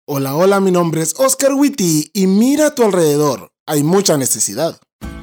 Hola, hola, mi nombre es Oscar Witty y mira a tu alrededor, hay mucha necesidad.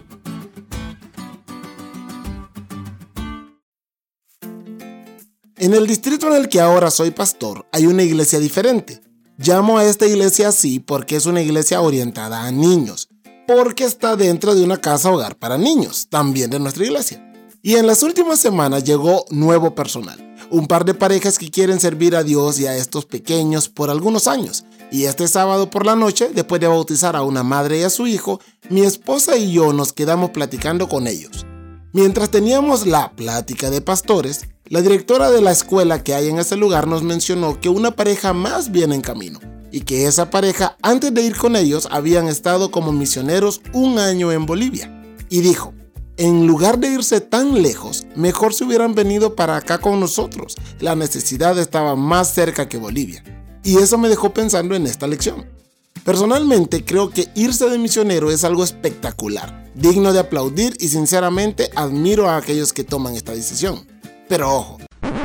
En el distrito en el que ahora soy pastor hay una iglesia diferente. Llamo a esta iglesia así porque es una iglesia orientada a niños, porque está dentro de una casa hogar para niños, también de nuestra iglesia. Y en las últimas semanas llegó nuevo personal, un par de parejas que quieren servir a Dios y a estos pequeños por algunos años. Y este sábado por la noche, después de bautizar a una madre y a su hijo, mi esposa y yo nos quedamos platicando con ellos. Mientras teníamos la plática de pastores, la directora de la escuela que hay en ese lugar nos mencionó que una pareja más viene en camino y que esa pareja, antes de ir con ellos, habían estado como misioneros un año en Bolivia. Y dijo, en lugar de irse tan lejos, mejor se hubieran venido para acá con nosotros. La necesidad estaba más cerca que Bolivia. Y eso me dejó pensando en esta lección. Personalmente creo que irse de misionero es algo espectacular, digno de aplaudir y sinceramente admiro a aquellos que toman esta decisión. Pero ojo,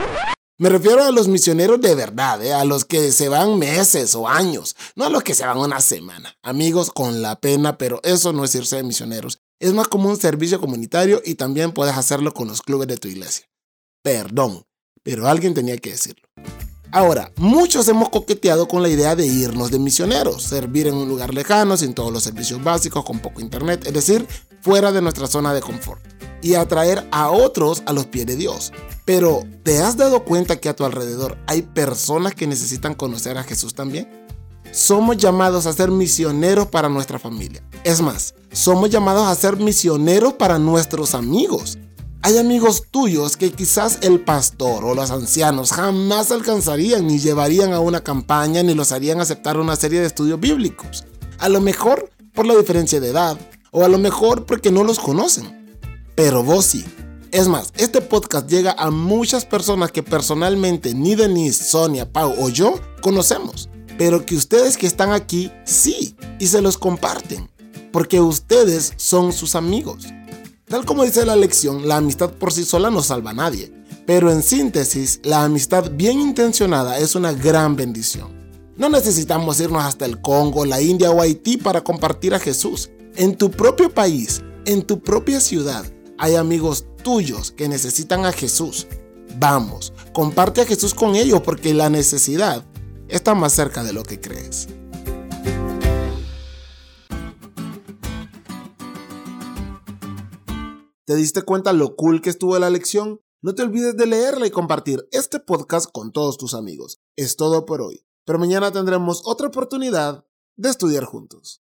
me refiero a los misioneros de verdad, a los que se van meses o años, no a los que se van una semana. Amigos, con la pena, pero eso no es irse de misioneros. Es más como un servicio comunitario y también puedes hacerlo con los clubes de tu iglesia. Perdón, pero alguien tenía que decirlo. Ahora, muchos hemos coqueteado con la idea de irnos de misioneros, servir en un lugar lejano, sin todos los servicios básicos, con poco internet, es decir, fuera de nuestra zona de confort, y atraer a otros a los pies de Dios. Pero, ¿te has dado cuenta que a tu alrededor hay personas que necesitan conocer a Jesús también? Somos llamados a ser misioneros para nuestra familia. Es más, somos llamados a ser misioneros para nuestros amigos. Hay amigos tuyos que quizás el pastor o los ancianos jamás alcanzarían ni llevarían a una campaña ni los harían aceptar una serie de estudios bíblicos. A lo mejor por la diferencia de edad o a lo mejor porque no los conocen. Pero vos sí. Es más, este podcast llega a muchas personas que personalmente ni Denise, Sonia, Pau o yo conocemos. Pero que ustedes que están aquí sí, y se los comparten. Porque ustedes son sus amigos. Tal como dice la lección, la amistad por sí sola no salva a nadie. Pero en síntesis, la amistad bien intencionada es una gran bendición. No necesitamos irnos hasta el Congo, la India o Haití para compartir a Jesús. En tu propio país, en tu propia ciudad, hay amigos tuyos que necesitan a Jesús. Vamos, comparte a Jesús con ellos porque la necesidad está más cerca de lo que crees. ¿Te diste cuenta lo cool que estuvo la lección? No te olvides de leerla y compartir este podcast con todos tus amigos. Es todo por hoy, pero mañana tendremos otra oportunidad de estudiar juntos.